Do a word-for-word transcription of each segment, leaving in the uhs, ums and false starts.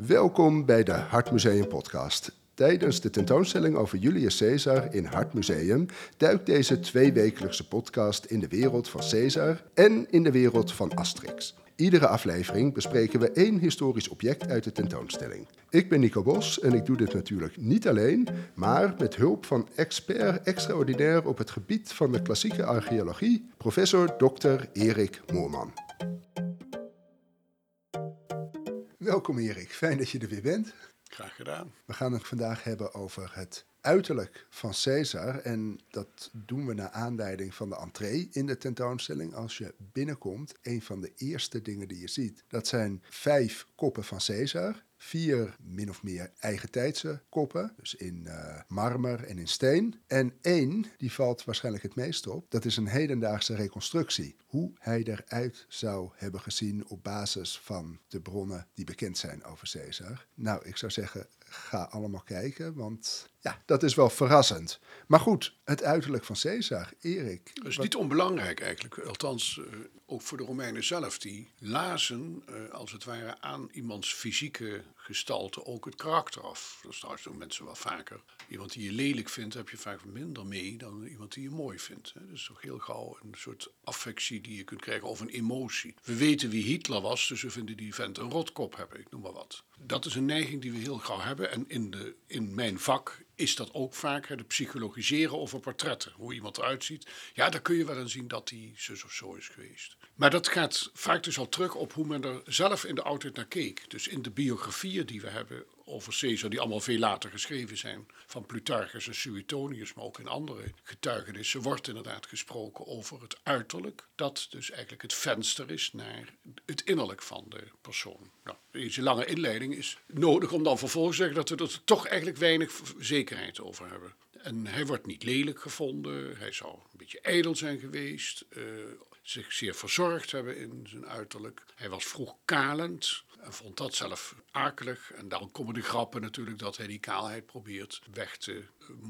Welkom bij de Hartmuseum podcast. Tijdens de tentoonstelling over Julius Caesar in Hartmuseum duikt deze tweewekelijkse podcast in de wereld van Caesar en in de wereld van Asterix. Iedere aflevering bespreken we één historisch object uit de tentoonstelling. Ik ben Nico Bos en ik doe dit natuurlijk niet alleen, maar met hulp van expert extraordinair op het gebied van de klassieke archeologie, professor dokter Erik Moorman. Welkom Erik, fijn dat je er weer bent. Graag gedaan. We gaan het vandaag hebben over het uiterlijk van Caesar en dat doen we naar aanleiding van de entree in de tentoonstelling. Als je binnenkomt, een van de eerste dingen die je ziet, dat zijn vijf koppen van Caesar. Vier min of meer eigentijdse koppen, dus in uh, marmer en in steen. En één, die valt waarschijnlijk het meest op, dat is een hedendaagse reconstructie. Hoe hij eruit zou hebben gezien op basis van de bronnen die bekend zijn over Caesar. Nou, ik zou zeggen, ga allemaal kijken, want ja, dat is wel verrassend. Maar goed, het uiterlijk van Caesar, Erik. Dat is wat... niet onbelangrijk eigenlijk, althans uh, ook voor de Romeinen zelf. Die lazen uh, als het ware aan iemands fysieke gestalte ook het karakter af. Dat is trouwens doen mensen wel vaker. Iemand die je lelijk vindt, heb je vaak minder mee dan iemand die je mooi vindt. Dat is toch heel gauw een soort affectie die je kunt krijgen of een emotie. We weten wie Hitler was, dus we vinden die vent een rotkop hebben, ik noem maar wat. Dat is een neiging die we heel gauw hebben en in, de, in mijn vak is dat ook vaak, het psychologiseren over portretten. Hoe iemand eruit ziet. Ja, daar kun je wel aan zien dat hij zus of zo is geweest. Maar dat gaat vaak dus al terug op hoe men er zelf in de oudheid naar keek. Dus in de biografieën die we hebben over Caesar, die allemaal veel later geschreven zijn, van Plutarchus en Suetonius, maar ook in andere getuigenissen, wordt inderdaad gesproken over het uiterlijk, dat dus eigenlijk het venster is naar het innerlijk van de persoon. Nou, deze lange inleiding is nodig om dan vervolgens te zeggen dat we er toch eigenlijk weinig zekerheid over hebben. En hij wordt niet lelijk gevonden, hij zou een beetje ijdel zijn geweest, uh, zich zeer verzorgd hebben in zijn uiterlijk. Hij was vroeg kalend en vond dat zelf akelig. En dan komen de grappen natuurlijk dat hij die kaalheid probeert weg te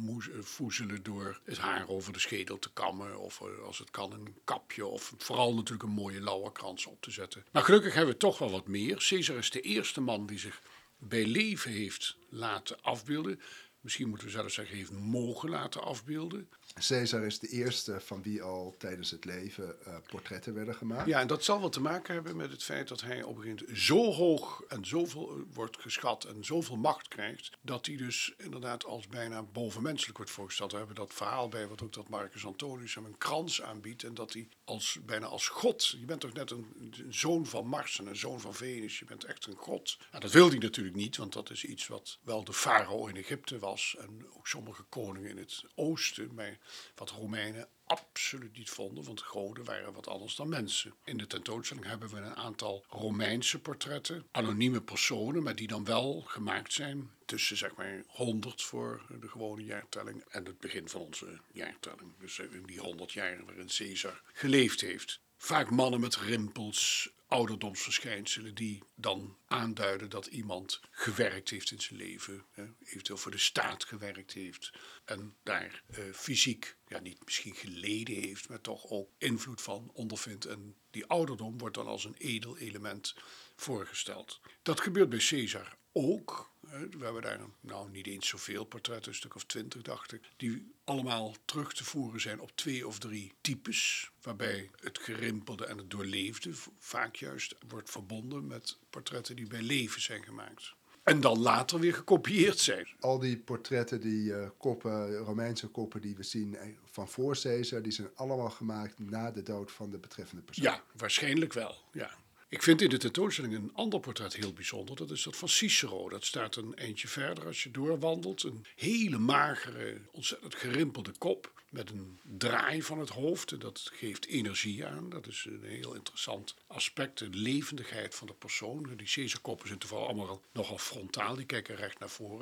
voezelen door het haar over de schedel te kammen. Of als het kan een kapje of vooral natuurlijk een mooie lauwerkrans op te zetten. Maar gelukkig hebben we toch wel wat meer. Caesar is de eerste man die zich bij leven heeft laten afbeelden. Misschien moeten we zelfs zeggen, heeft mogen laten afbeelden. Caesar is de eerste van wie al tijdens het leven uh, portretten werden gemaakt. Ja, en dat zal wel te maken hebben met het feit dat hij op een gegeven moment zo hoog en zoveel uh, wordt geschat en zoveel macht krijgt, dat hij dus inderdaad als bijna bovenmenselijk wordt voorgesteld. We hebben dat verhaal bij, wat ook dat Marcus Antonius hem een krans aanbiedt en dat hij als, bijna als god, je bent toch net een, een zoon van Mars en een zoon van Venus, je bent echt een god. Nou, dat wil hij natuurlijk niet, want dat is iets wat wel de farao in Egypte was en ook sommige koningen in het oosten, maar wat Romeinen absoluut niet vonden, want goden waren wat anders dan mensen. In de tentoonstelling hebben we een aantal Romeinse portretten, anonieme personen, maar die dan wel gemaakt zijn tussen zeg maar honderd voor de gewone jaartelling en het begin van onze jaartelling. Dus in die honderd jaar waarin Caesar geleefd heeft. Vaak mannen met rimpels, ouderdomsverschijnselen die dan aanduiden dat iemand gewerkt heeft in zijn leven, hè, eventueel voor de staat gewerkt heeft en daar uh, fysiek, ja niet misschien geleden heeft, maar toch ook invloed van ondervindt. En die ouderdom wordt dan als een edel element voorgesteld. Dat gebeurt bij Caesar ook. We hebben daar nou niet eens zoveel portretten, een stuk of twintig dacht ik, die allemaal terug te voeren zijn op twee of drie types, waarbij het gerimpelde en het doorleefde vaak juist wordt verbonden met portretten die bij leven zijn gemaakt. En dan later weer gekopieerd zijn. Al die portretten, die uh, koppen, Romeinse koppen die we zien van voor Caesar, die zijn allemaal gemaakt na de dood van de betreffende persoon. Ja, waarschijnlijk wel, ja. Ik vind in de tentoonstelling een ander portret heel bijzonder. Dat is dat van Cicero. Dat staat een eentje verder als je doorwandelt. Een hele magere, ontzettend gerimpelde kop met een draai van het hoofd. En dat geeft energie aan. Dat is een heel interessant aspect. De levendigheid van de persoon. Die Caesarkoppen zijn toevallig allemaal nogal frontaal. Die kijken recht naar voren.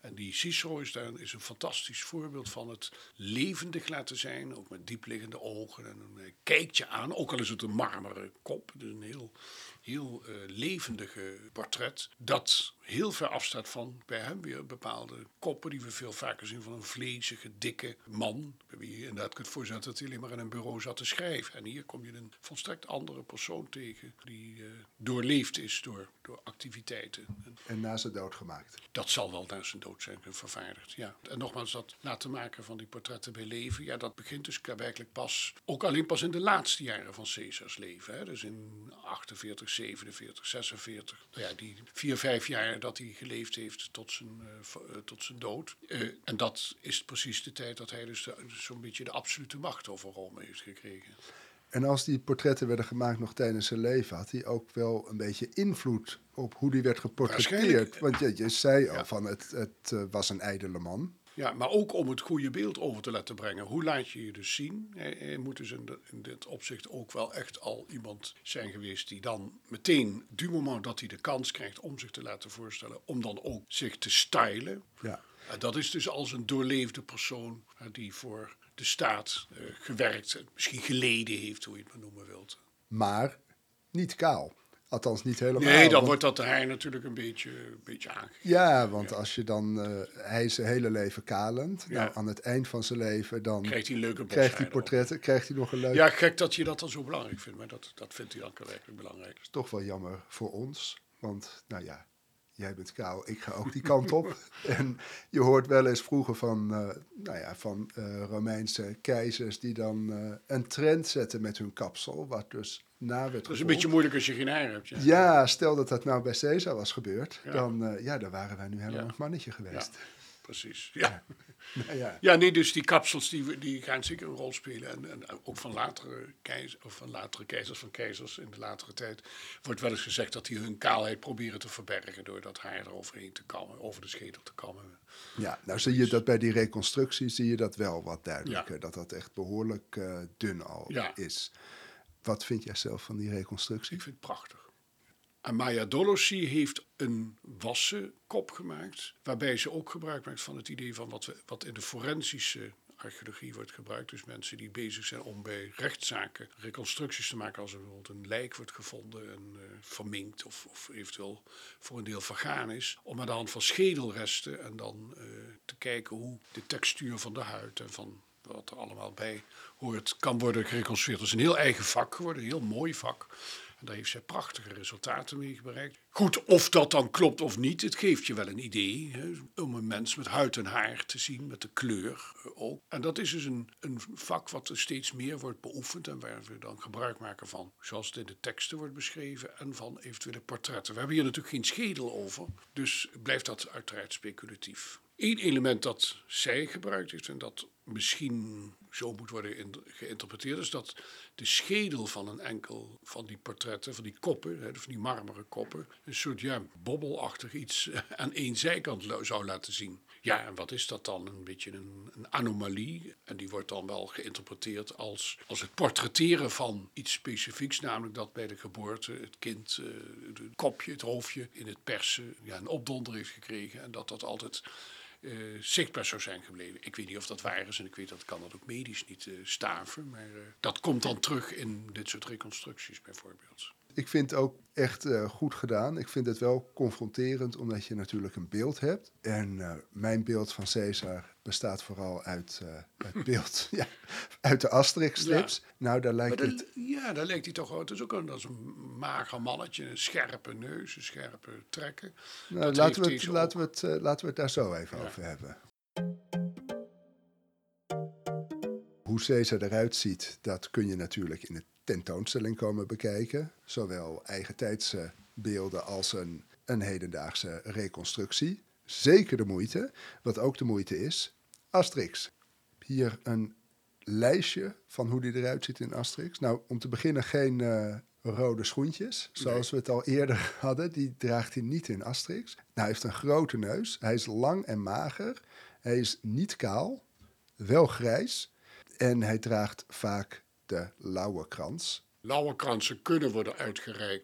En die Cicero is, daar, is een fantastisch voorbeeld van het levendig laten zijn. Ook met diepliggende ogen. En dan kijkt je aan, ook al is het een marmeren kop. Dus een heel, heel uh, levendige portret. Dat heel ver afstaat van bij hem weer bepaalde koppen die we veel vaker zien van een vlezige, dikke man. Bij wie je inderdaad kunt voorstellen dat hij alleen maar in een bureau zat te schrijven. En hier kom je een volstrekt andere persoon tegen die uh, doorleefd is door, door activiteiten. En na zijn dood gemaakt. Dat zal wel na zijn dood zijn vervaardigd, ja. En nogmaals, dat laten maken van die portretten bij leven, ja, dat begint dus werkelijk pas, ook alleen pas in de laatste jaren van Caesars leven. Hè. Dus in achtenveertig, zevenenveertig, zesenveertig. Nou ja, die vier, vijf jaar dat hij geleefd heeft tot zijn, uh, tot zijn dood. Uh, en dat is precies de tijd dat hij dus, de, dus zo'n beetje de absolute macht over Rome heeft gekregen. En als die portretten werden gemaakt nog tijdens zijn leven, had hij ook wel een beetje invloed op hoe die werd geportretteerd. Want je, je zei al ja. van het, het uh, was een ijdele man. Ja, maar ook om het goede beeld over te laten brengen. Hoe laat je je dus zien? Hij, hij moet dus in, de, in dit opzicht ook wel echt al iemand zijn geweest die dan meteen, du moment dat hij de kans krijgt om zich te laten voorstellen, om dan ook zich te stylen. Ja. En dat is dus als een doorleefde persoon die voor de staat uh, gewerkt, misschien geleden heeft, hoe je het maar noemen wilt. Maar niet kaal. Althans niet helemaal. Nee, dan want, wordt dat haar natuurlijk een beetje, een beetje aangegeven. Ja, want ja. als je dan... Uh, hij is zijn hele leven kalend. Ja. Nou, aan het eind van zijn leven dan... Krijgt hij leuke krijgt hij portretten, krijgt hij nog een leuke... Ja, gek dat je dat dan zo belangrijk vindt. Maar dat, dat vindt hij dan werkelijk belangrijk. Dat is toch wel jammer voor ons. Want, nou ja... Jij bent kaal, ik ga ook die kant op. En je hoort wel eens vroeger van, uh, nou ja, van uh, Romeinse keizers die dan uh, een trend zetten met hun kapsel, wat dus na werd gevolgd. Dat is een beetje moeilijk als je geen haar hebt. Ja, ja stel dat dat nou bij Caesar was gebeurd, ja. dan, uh, ja, dan waren wij nu helemaal ja. een mannetje geweest. Ja, precies, ja. ja. Nou ja. ja, nee, dus die kapsels die, die gaan zeker een rol spelen. En, en ook van latere, keizer, of van latere keizers, van keizers in de latere tijd, wordt wel eens gezegd dat die hun kaalheid proberen te verbergen door dat haar eroverheen te kammen, over de schedel te kammen. Ja, nou zie je dat bij die reconstructie zie je dat wel wat duidelijker. Ja. Dat dat echt behoorlijk uh, dun al ja. is. Wat vind jij zelf van die reconstructie? Ik vind het prachtig. Amaya Dolosi heeft een wassen kop gemaakt, waarbij ze ook gebruik maakt van het idee van wat, we, wat in de forensische archeologie wordt gebruikt. Dus mensen die bezig zijn om bij rechtszaken reconstructies te maken als er bijvoorbeeld een lijk wordt gevonden en uh, verminkt of, of eventueel voor een deel vergaan is. Om aan de hand van schedelresten en dan uh, te kijken hoe de textuur van de huid en van wat er allemaal bij hoort kan worden gereconstrueerd. Dat is een heel eigen vak geworden, een heel mooi vak. En daar heeft zij prachtige resultaten mee bereikt. Goed, of dat dan klopt of niet, het geeft je wel een idee. Hè, om een mens met huid en haar te zien, met de kleur ook. En dat is dus een, een vak wat er steeds meer wordt beoefend en waar we dan gebruik maken van, zoals het in de teksten wordt beschreven, en van eventuele portretten. We hebben hier natuurlijk geen schedel over, dus blijft dat uiteraard speculatief. Eén element dat zij gebruikt heeft en dat misschien zo moet worden in, geïnterpreteerd is dat de schedel van een enkel van die portretten, van die koppen, hè, van die marmeren koppen, een soort ja, bobbelachtig iets aan één zijkant zou laten zien. Ja, en wat is dat dan? Een beetje een, een anomalie. En die wordt dan wel geïnterpreteerd als, als het portretteren van iets specifieks, namelijk dat bij de geboorte het kind uh, het kopje, het hoofdje in het persen ja, een opdonder heeft gekregen en dat dat altijd Uh, zichtbaar zou zijn gebleven. Ik weet niet of dat waar is en ik weet dat kan dat ook medisch niet uh, staven, maar uh, dat komt dan terug in dit soort reconstructies bijvoorbeeld. Ik vind het ook echt uh, goed gedaan. Ik vind het wel confronterend, omdat je natuurlijk een beeld hebt. En uh, mijn beeld van Caesar bestaat vooral uit uh, het beeld ja, uit de Asterix-strips. Ja. Nou, daar lijkt dat, het... Ja, daar lijkt hij toch wel. Het is ook een, dat is een mager mannetje, een scherpe neus, een scherpe trekken. Nou, laten, we het, laten, we het, uh, laten we het daar zo even ja. over hebben. Hoe Caesar eruit ziet, dat kun je natuurlijk in de tentoonstelling komen bekijken. Zowel eigentijdse beelden als een, een hedendaagse reconstructie. Zeker de moeite. Wat ook de moeite is, Asterix. Hier een lijstje van hoe die eruit ziet in Asterix. Nou, om te beginnen geen uh, rode schoentjes, zoals nee. we het al eerder hadden. Die draagt hij niet in Asterix. Nou, hij heeft een grote neus. Hij is lang en mager. Hij is niet kaal, wel grijs. En hij draagt vaak de lauwerkrans. Lauwerkransen kunnen worden uitgereikt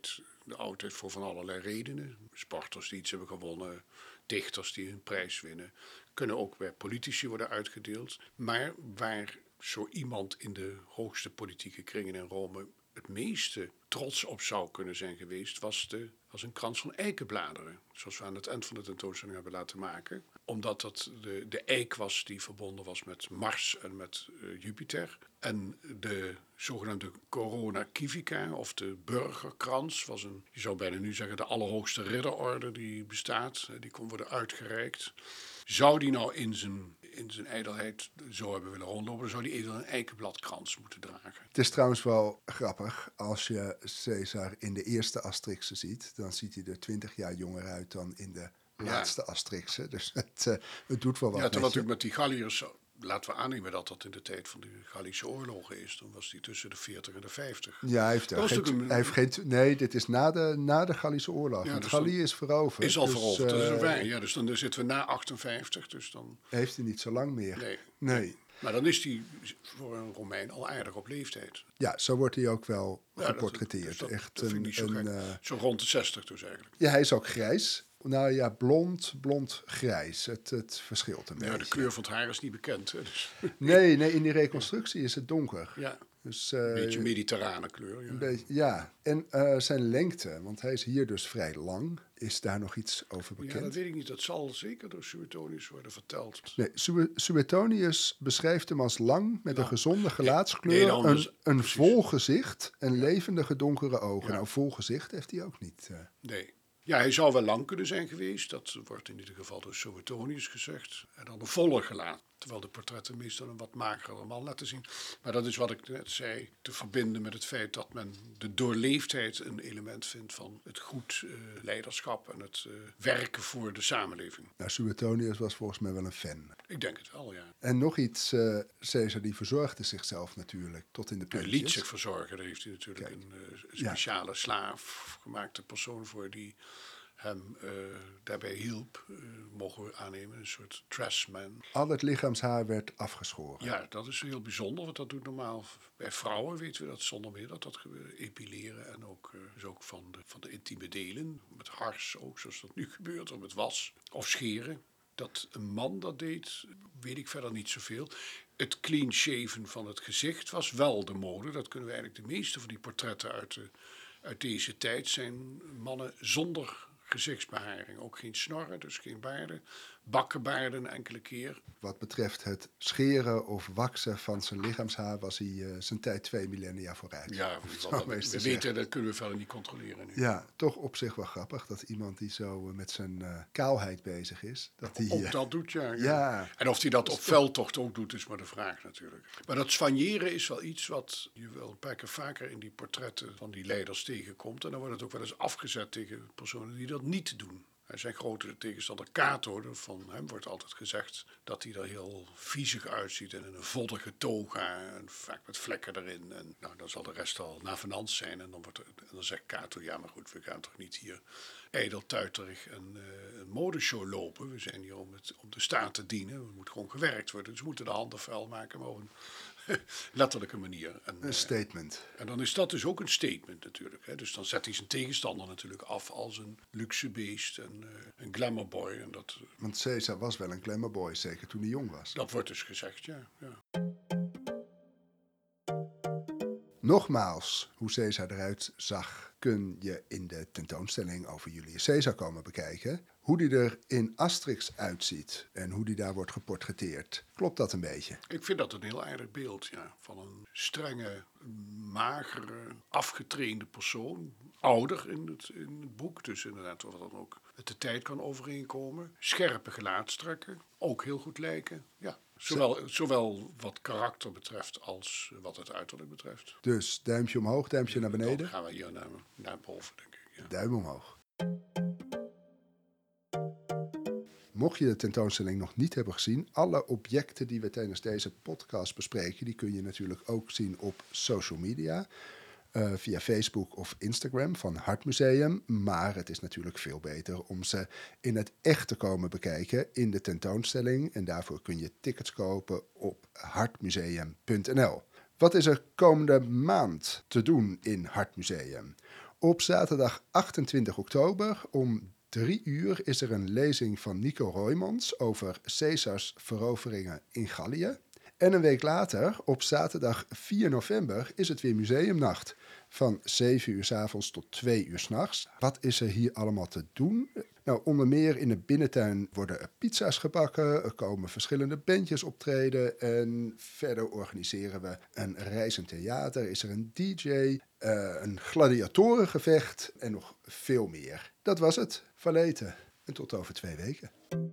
de oudheid voor van allerlei redenen. Sporters die iets hebben gewonnen, dichters die een prijs winnen. Kunnen ook bij politici worden uitgedeeld. Maar waar zo iemand in de hoogste politieke kringen in Rome het meeste trots op zou kunnen zijn geweest, was, de, was een krans van eikenbladeren. Zoals we aan het eind van de tentoonstelling hebben laten maken. Omdat dat de, de eik was die verbonden was met Mars en met uh, Jupiter. En de zogenaamde Corona Civica, of de burgerkrans, was een, je zou bijna nu zeggen, de allerhoogste ridderorde die bestaat. Die kon worden uitgereikt. Zou die nou in zijn, in zijn ijdelheid zo hebben willen rondlopen, dan zou die eerder een eikenbladkrans moeten dragen. Het is trouwens wel grappig, als je Caesar in de eerste Asterixen ziet, dan ziet hij er twintig jaar jonger uit dan in de laatste ja. Asterixen. Dus het, uh, het doet wel wat. Ja, terwijl natuurlijk met die Galliërs, laten we aannemen dat dat in de tijd van de Gallische oorlogen is. Dan was die tussen de veertig en de vijftig. Ja, hij heeft, er geen, een... hij heeft geen... Nee, dit is na de, na de Gallische oorlog. Ja, dus Gallië is veroverd. Is al dus, veroverd, uh, dat is ook waar. Ja, dus dan zitten we na achtenvijftig. Dus dan... Heeft hij niet zo lang meer. Nee. nee. Maar dan is hij voor een Romein al aardig op leeftijd. Ja, zo wordt hij ook wel ja, geportretteerd. Dat, dat, Echt dat vind ik niet zo een, gek. Uh... Zo rond de zestig dus eigenlijk. Ja, hij is ook grijs. Nou ja, blond, blond-grijs. Het, het verschilt een ja, beetje. De kleur van het haar is niet bekend. Hè, dus. Nee, nee, in die reconstructie is het donker. Ja, dus, uh, een beetje mediterrane kleur. Ja, een beetje, ja. En uh, zijn lengte, want hij is hier dus vrij lang. Is daar nog iets over bekend? Ja, dat weet ik niet. Dat zal zeker door Suetonius worden verteld. Nee, Suetonius beschrijft hem als lang, met ja. een gezonde gelaatskleur, nee, nee, een, een vol gezicht en levendige donkere ogen. Ja. Nou, vol gezicht heeft hij ook niet. Uh. Nee. Ja, hij zou wel lang kunnen zijn geweest. Dat wordt in ieder geval door Suetonius gezegd. En dan een volle gelaat. Terwijl de portretten meestal een wat magerder man laten zien. Maar dat is wat ik net zei, te verbinden met het feit dat men de doorleefdheid een element vindt van het goed uh, leiderschap en het uh, werken voor de samenleving. Nou, Suetonius was volgens mij wel een fan. Ik denk het wel, ja. En nog iets, uh, Caesar die verzorgde zichzelf natuurlijk tot in de puntjes. Hij liet zich verzorgen, daar heeft hij natuurlijk Kijk. een uh, speciale ja. slaaf gemaakte persoon voor die hem uh, daarbij hielp, uh, mogen we aannemen, een soort tressman. Al het lichaamshaar werd afgeschoren. Ja, dat is heel bijzonder, want dat doet normaal bij vrouwen, weten we dat zonder meer, dat dat gebeurt, epileren en ook, uh, dus ook van de, van de intieme delen, met hars ook, zoals dat nu gebeurt, of met was, of scheren. Dat een man dat deed, weet ik verder niet zoveel. Het clean shaven van het gezicht was wel de mode, dat kunnen we eigenlijk de meeste van die portretten uit, de, uit deze tijd zijn mannen zonder gezichtsbeharing. Ook geen snorren, dus geen baarden. Bakkenbaarden enkele keer. Wat betreft het scheren of waksen van zijn lichaamshaar was hij uh, zijn tijd twee millennia vooruit. Ja, dat, we, we weten, dat kunnen we verder niet controleren nu. Ja, toch op zich wel grappig dat iemand die zo uh, met zijn uh, kaalheid bezig is. Dat die, ook uh, dat doet, ja, ja. ja. En of hij dat op veldtocht ook doet, is maar de vraag natuurlijk. Maar dat soigneren is wel iets wat je wel een paar keer vaker in die portretten van die leiders tegenkomt. En dan wordt het ook wel eens afgezet tegen personen die dat niet doen. Zijn grote tegenstander Cato, van hem wordt altijd gezegd dat hij er heel viezig uitziet en in een voddige toga en vaak met vlekken erin. En nou, dan zal de rest al navenant zijn en dan, wordt er, en dan zegt Cato, ja maar goed, we gaan toch niet hier ijdeltuiterig een, uh, een modeshow lopen. We zijn hier om, het, om de staat te dienen, er moet gewoon gewerkt worden. Dus we moeten de handen vuil maken, maar op een letterlijke manier. En, een statement. Uh, en dan is dat dus ook een statement natuurlijk. Hè. Dus dan zet hij zijn tegenstander natuurlijk af als een luxe beest en uh, een glamourboy. En dat, uh, Want Caesar was wel een glamourboy, zeker toen hij jong was. Dat wordt dus gezegd, ja. ja. Nogmaals, hoe Caesar eruit zag, kun je in de tentoonstelling over Julius Caesar komen bekijken. Hoe die er in Asterix uitziet en hoe die daar wordt geportretteerd. Klopt dat een beetje? Ik vind dat een heel aardig beeld, ja. Van een strenge, magere, afgetrainde persoon. Ouder in het, in het boek, dus inderdaad wat dan ook met de tijd kan overeenkomen. Scherpe gelaatstrekken, ook heel goed lijken, ja. Zowel, zowel wat karakter betreft als wat het uiterlijk betreft. Dus duimpje omhoog, duimpje naar beneden? Dan gaan we hier naar, naar boven, denk ik. Ja. Duim omhoog. Mocht je de tentoonstelling nog niet hebben gezien, alle objecten die we tijdens deze podcast bespreken, die kun je natuurlijk ook zien op social media. Uh, via Facebook of Instagram van Hartmuseum. Maar het is natuurlijk veel beter om ze in het echt te komen bekijken in de tentoonstelling. En daarvoor kun je tickets kopen op hartmuseum punt n l. Wat is er komende maand te doen in Hartmuseum? Op zaterdag achtentwintig oktober om drie uur is er een lezing van Nico Roymans over Caesars veroveringen in Gallië. En een week later, op zaterdag vier november, is het weer museumnacht. Van zeven uur 's avonds tot twee uur 's nachts. Wat is er hier allemaal te doen? Nou, onder meer in de binnentuin worden er pizza's gebakken. Er komen verschillende bandjes optreden. En verder organiseren we een reizend theater. Is er een D J, uh, een gladiatorengevecht en nog veel meer. Dat was het, Valete. En tot over twee weken.